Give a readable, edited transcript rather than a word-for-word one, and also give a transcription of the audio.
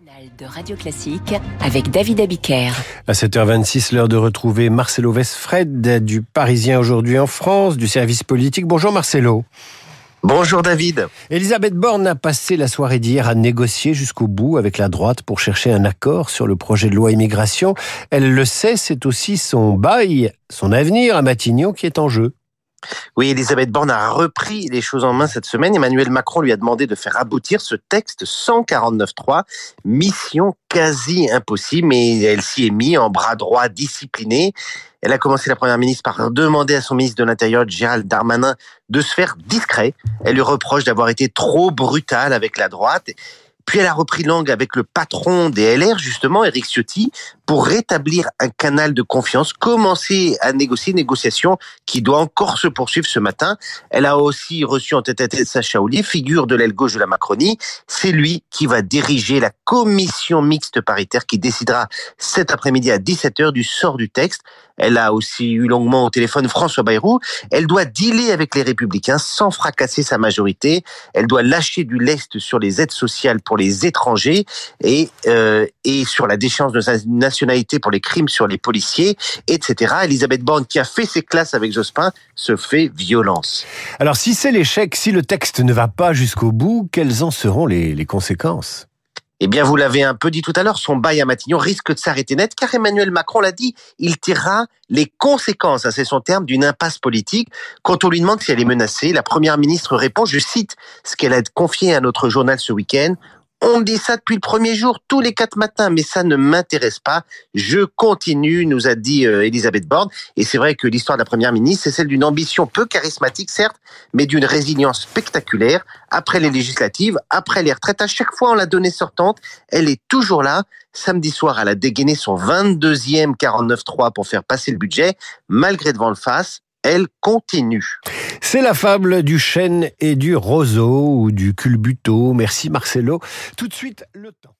De Radio Classique avec David Abiker. À 7h26, l'heure de retrouver Marcelo Westfred du Parisien aujourd'hui en France, du service politique. Bonjour Marcelo. Bonjour David. Elisabeth Borne a passé la soirée d'hier à négocier jusqu'au bout avec la droite pour chercher un accord sur le projet de loi immigration. Elle le sait, c'est aussi son bail, son avenir à Matignon qui est en jeu. Oui, Elisabeth Borne a repris les choses en main cette semaine. Emmanuel Macron lui a demandé de faire aboutir ce texte 149.3, mission quasi impossible, mais elle s'y est mise en bras droit discipliné. Elle a commencé, la première ministre, par demander à son ministre de l'Intérieur, Gérald Darmanin, de se faire discret. Elle lui reproche d'avoir été trop brutale avec la droite. Puis elle a repris langue avec le patron des LR, justement, Éric Ciotti, pour rétablir un canal de confiance, commencer à négocier, négociation qui doit encore se poursuivre ce matin. Elle a aussi reçu en tête-à-tête Sacha Houlié, figure de l'aile gauche de la Macronie. C'est lui qui va diriger la commission mixte paritaire qui décidera cet après-midi à 17h du sort du texte. Elle a aussi eu longuement au téléphone François Bayrou. Elle doit dealer avec les Républicains sans fracasser sa majorité. Elle doit lâcher du lest sur les aides sociales pour les étrangers et sur la déchéance de sa nationalité pour les crimes sur les policiers, etc. Elisabeth Borne, qui a fait ses classes avec Jospin, se fait violence. Alors si c'est l'échec, si le texte ne va pas jusqu'au bout, quelles en seront les conséquences ? Eh bien, vous l'avez un peu dit tout à l'heure, son bail à Matignon risque de s'arrêter net, car Emmanuel Macron l'a dit, il tirera les conséquences, c'est son terme, d'une impasse politique. Quand on lui demande si elle est menacée, la première ministre répond, je cite ce qu'elle a confié à notre journal ce week-end, on me dit ça depuis le premier jour, tous les 4 matins, mais ça ne m'intéresse pas. Je continue, nous a dit Elisabeth Borne. Et c'est vrai que l'histoire de la première ministre, c'est celle d'une ambition peu charismatique, certes, mais d'une résilience spectaculaire. Après les législatives, après les retraites, à chaque fois on l'a donnée sortante, elle est toujours là. Samedi soir, elle a dégainé son 22e 49.3 pour faire passer le budget. Malgré de vent de face, elle continue. C'est la fable du chêne et du roseau ou du culbuto. Merci Marcelo. Tout de suite, le temps.